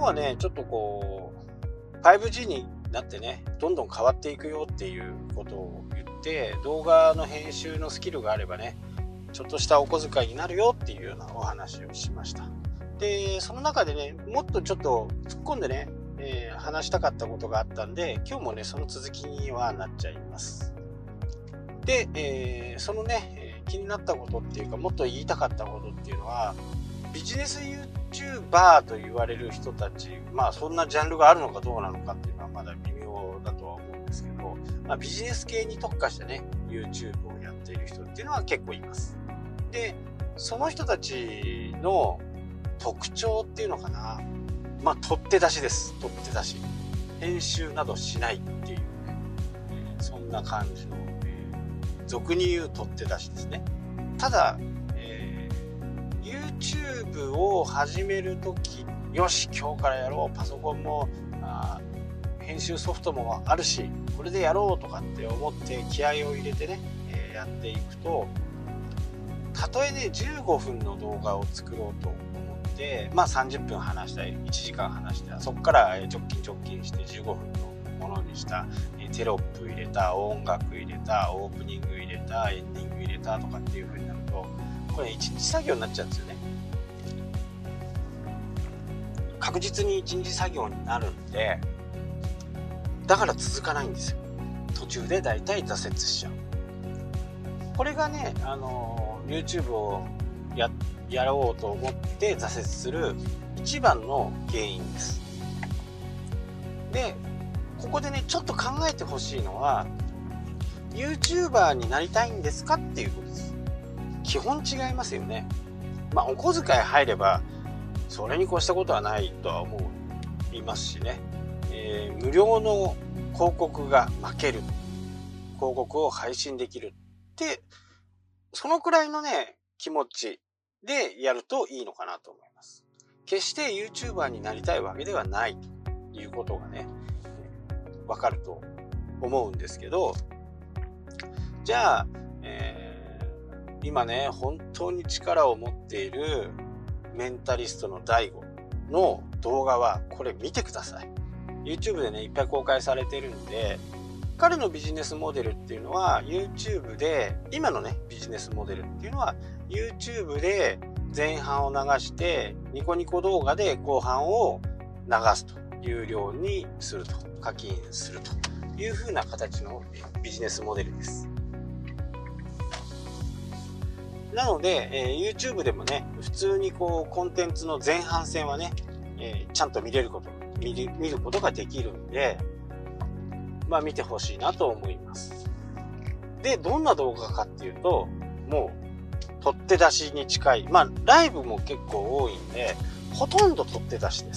はねちょっとこう 5G になってねどんどん変わっていくよっていうことを言って、動画の編集のスキルがあればねちょっとしたお小遣いになるよっていうようなお話をしました。でその中でねもっとちょっと突っ込んでね、話したかったことがあったんで、今日もねその続きにはなっちゃいます。で、そのね、気になったことっていうか、もっと言いたかったことっていうのは、ビジネス YouTuber と言われる人たち、まあそんなジャンルがあるのかどうなのかっていうのはまだ微妙だとは思うんですけど、まあ、ビジネス系に特化してね YouTube をやっている人っていうのは結構います。でその人たちの特徴っていうのかな、まあ取って出しです。取って出し、編集などしないっていうね、そんな感じの、俗に言う取って出しですね。ただ、YouTube を始めるとき、よし今日からやろう、パソコンも編集ソフトもあるしこれでやろうとかって思って気合を入れてね、やっていくと、たとえね15分の動画を作ろうと思って、まあ30分話したり1時間話してそこから直近して15分のものにした、テロップ入れた、音楽入れた、オープニング入れた、エンディング入れたとかっていう風になると、これ1日作業になっちゃうんですよね。確実に1日作業になるんで、だから続かないんですよ。途中でだいたい挫折しちゃう。これがね、YouTube をやろうと思って挫折する一番の原因です。で、ここでねちょっと考えてほしいのは、 YouTuber になりたいんですかっていうことです。基本違いますよね。まあお小遣い入ればそれに越したことはないとは思いますしね、無料の広告が負ける、広告を配信できるってそのくらいのね気持ちでやるといいのかなと思います。決して YouTuber になりたいわけではないということがねわかると思うんですけど、じゃあ、今ね本当に力を持っているメンタリストの DAIGO の動画はこれ見てください。 YouTube でねいっぱい公開されてるんで、彼のビジネスモデルっていうのは YouTube で、今のねビジネスモデルっていうのは YouTube で前半を流してニコニコ動画で後半を流すと、有料にすると、課金するという風な形のビジネスモデルです。なので、YouTube でもね普通にこうコンテンツの前半戦はね、ちゃんと見ることができるんで、まあ見てほしいなと思います。でどんな動画かっていうと、もう取って出しに近い、まあライブも結構多いんでほとんど取って出しです。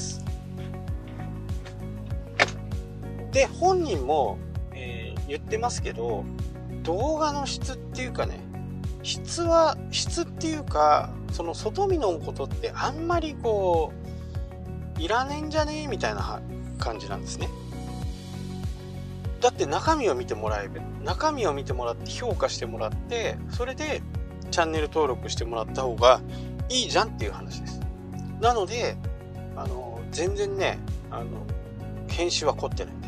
で本人も、言ってますけど、動画の質っていうかね、質っていうか、その外見のことってあんまりこういらねえんじゃねえみたいな感じなんですね。だって中身を見てもらって評価してもらって、それでチャンネル登録してもらった方がいいじゃんっていう話です。なので全然ね編集は凝ってないんです。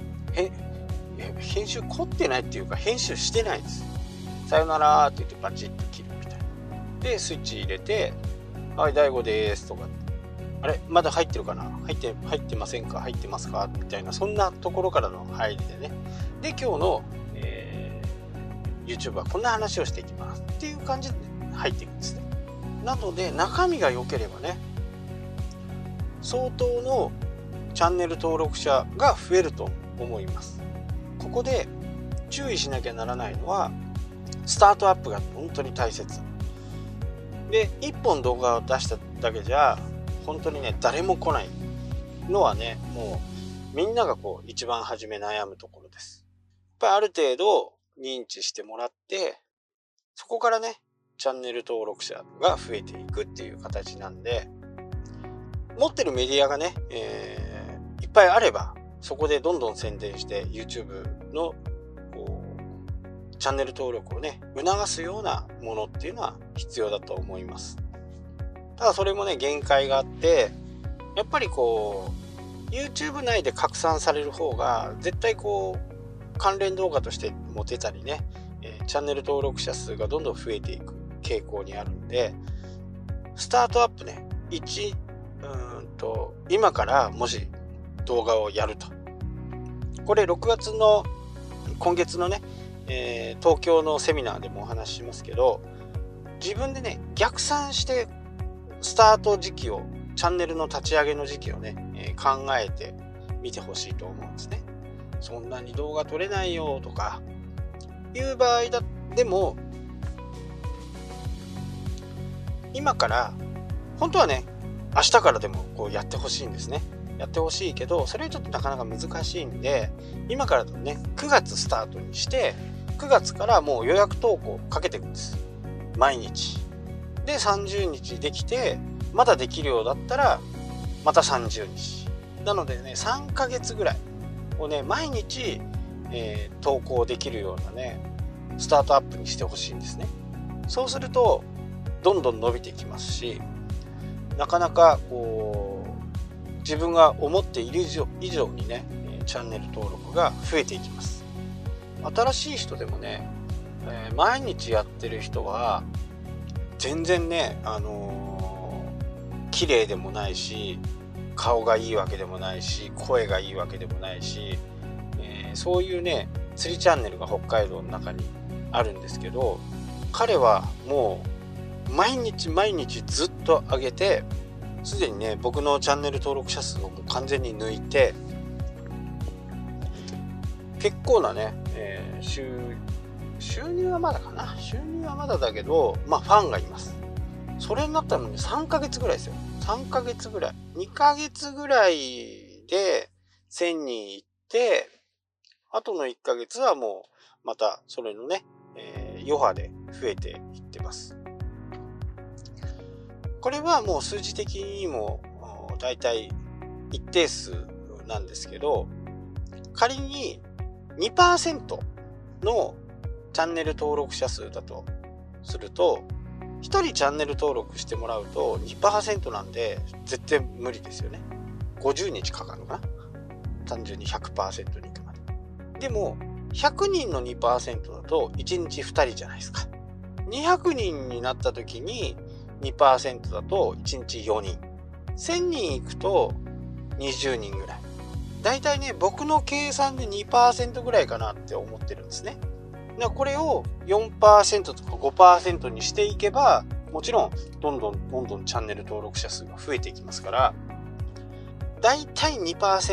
編集凝ってないっていうか、編集してないです。さよならって言ってバチッと切るみたいな。でスイッチ入れて、はいDAIGOですとか、あれまだ入ってるかな、入ってませんか、入ってますかみたいな、そんなところからの入りでね、で今日の、YouTube はこんな話をしていきますっていう感じで入っていくんですね。なので中身が良ければね相当のチャンネル登録者が増えると思います。ここで注意しなきゃならないのは、スタートアップが本当に大切で、1本動画を出しただけじゃ本当にね誰も来ないのはね、もうみんながこう一番初め悩むところです。やっぱりある程度認知してもらって、そこからねチャンネル登録者が増えていくっていう形なんで、持ってるメディアがね、いっぱいあればそこでどんどん宣伝して YouTube のチャンネル登録をね促すようなものっていうのは必要だと思います。ただそれもね限界があって、 やっぱりこう YouTube 内で拡散される方が絶対こう関連動画としても出たりね、チャンネル登録者数がどんどん増えていく傾向にあるんで、スタートアップね、今からもし動画をやると、これ6月の今月のね、東京のセミナーでもお話ししますけど、自分でね逆算してスタート時期を、チャンネルの立ち上げの時期をね、考えてみてほしいと思うんですね。そんなに動画撮れないよとかいう場合でも、今から本当はね明日からでもこうやってほしいんですね。やってほしいけど、それはちょっとなかなか難しいんで、今からね9月スタートにして、9月からもう予約投稿かけていくんです。毎日で30日できて、まだできるようだったらまた30日なのでね、3ヶ月ぐらいをね毎日、投稿できるようなねスタートアップにしてほしいんですね。そうするとどんどん伸びていきますし、なかなかこう自分が思っている以上にねチャンネル登録が増えていきます。新しい人でもね、毎日やってる人は全然ね綺麗でもないし、顔がいいわけでもないし、声がいいわけでもないし、そういうね釣りチャンネルが北海道の中にあるんですけど、彼はもう毎日毎日ずっと上げて、すでにね僕のチャンネル登録者数をもう完全に抜いて、結構なね、収入はまだかな、収入はまだだけど、ファンがいます。それになったのに3ヶ月ぐらいですよ。3ヶ月ぐらい、2ヶ月ぐらいで1000人いって、あとの1ヶ月はもうまたそれのね、余波で増えていってます。これはもう数字的にもだいたい一定数なんですけど、仮に 2% のチャンネル登録者数だとすると、1人チャンネル登録してもらうと 2% なんで絶対無理ですよね。50日かかるのかな、単純に 100% に行くまで。でも100人の 2% だと1日2人じゃないですか。200人になった時に 2% だと1日4人、1000人いくと20人ぐらい。だいたいね僕の計算で 2% ぐらいかなって思ってるんですね。これを 4% とか 5% にしていけば、もちろんどんどんチャンネル登録者数が増えていきますから、だいたい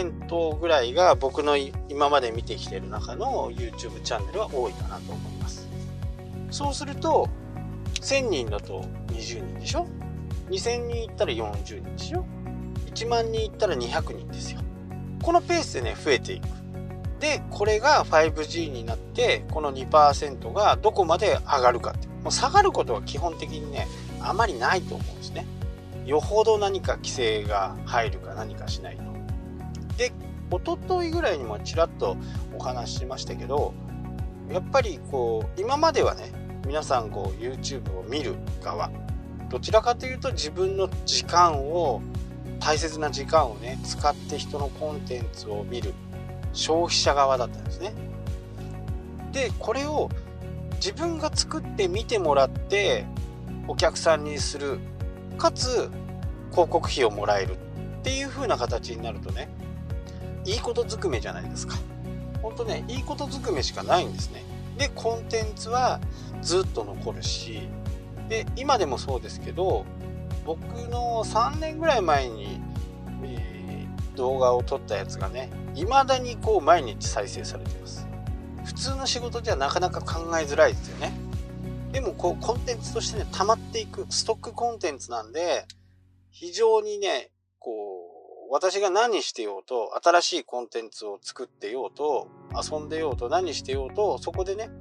2% ぐらいが僕の今まで見てきている中の YouTube チャンネルは多いかなと思います。そうすると1000人だと20人でしょ、2000人いったら40人でしょ、1万人いったら200人ですよ。このペースでね増えていく。でこれが 5G になって、この 2% がどこまで上がるかって、もう下がることは基本的にねあまりないと思うんですね。よほど何か規制が入るか何かしないと。で一昨日ぐらいにもちらっとお話ししましたけど、やっぱりこう今まではね皆さんこう YouTube を見る側、どちらかというと自分の時間を、大切な時間をね使って人のコンテンツを見る消費者側だったんですね。でこれを自分が作って見てもらってお客さんにする、かつ広告費をもらえるっていう風な形になるとね、いいことずくめじゃないですか。ほんとねいいことずくめしかないんですね。でコンテンツはずっと残るし、で今でもそうですけど、僕の3年ぐらい前に、動画を撮ったやつがね未だにこう毎日再生されています。普通の仕事じゃなかなか考えづらいですよね。でもこうコンテンツとしてね溜まっていくストックコンテンツなんで、非常にねこう私が何してようと、新しいコンテンツを作ってようと、遊んでようと、何してようと、そこでね、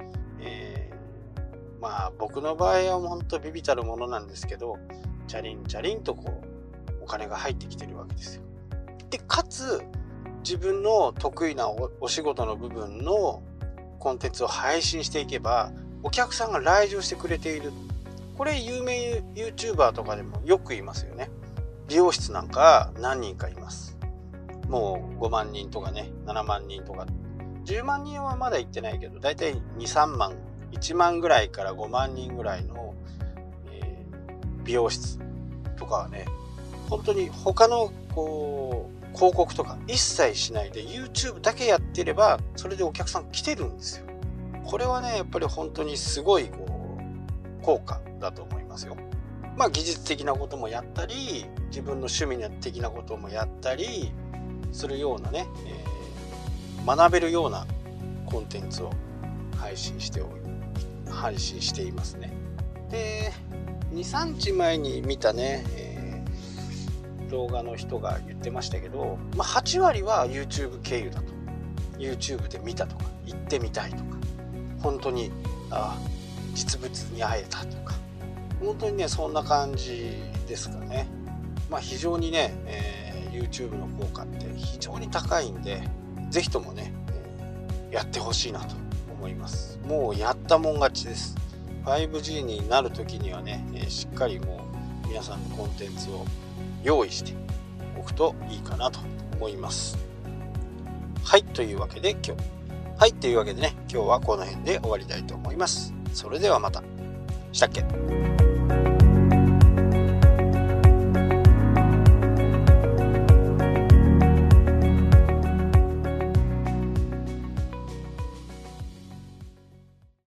僕の場合は本当ビビたるものなんですけど、チャリンチャリンとこうお金が入ってきてるわけですよ。でかつ自分の得意な お仕事の部分のコンテンツを配信していけば、お客さんが来場してくれている。これ有名 YouTuber とかでもよく言いますよね。 美容室なんか何人かいます。もう5万人とかね、7万人とか、10万人はまだ行ってないけど、だいたい2、3万、1万ぐらいから5万人ぐらいの、美容室とかはね、本当に他のこう広告とか一切しないで YouTube だけやってれば、それでお客さん来てるんですよ。これはね、やっぱり本当にすごい効果だと思いますよ。まあ技術的なこともやったり、自分の趣味的なこともやったりするようなね、学べるようなコンテンツを配信していますね。で、2、3日前に見たね、動画の人が言ってましたけど、まあ、8割は YouTube 経由だと。 YouTube で見たとか、行ってみたいとか、本当に実物に会えたとか、本当にねそんな感じですかね。まあ非常にね、YouTube の効果って非常に高いんで、ぜひともね、やってほしいなと思います。もうやったもん勝ちです。 5G になる時にはね、しっかりもう皆さんのコンテンツを用意しておくといいかなと思います。というわけでね、今日はこの辺で終わりたいと思います。それではまた。したっけ。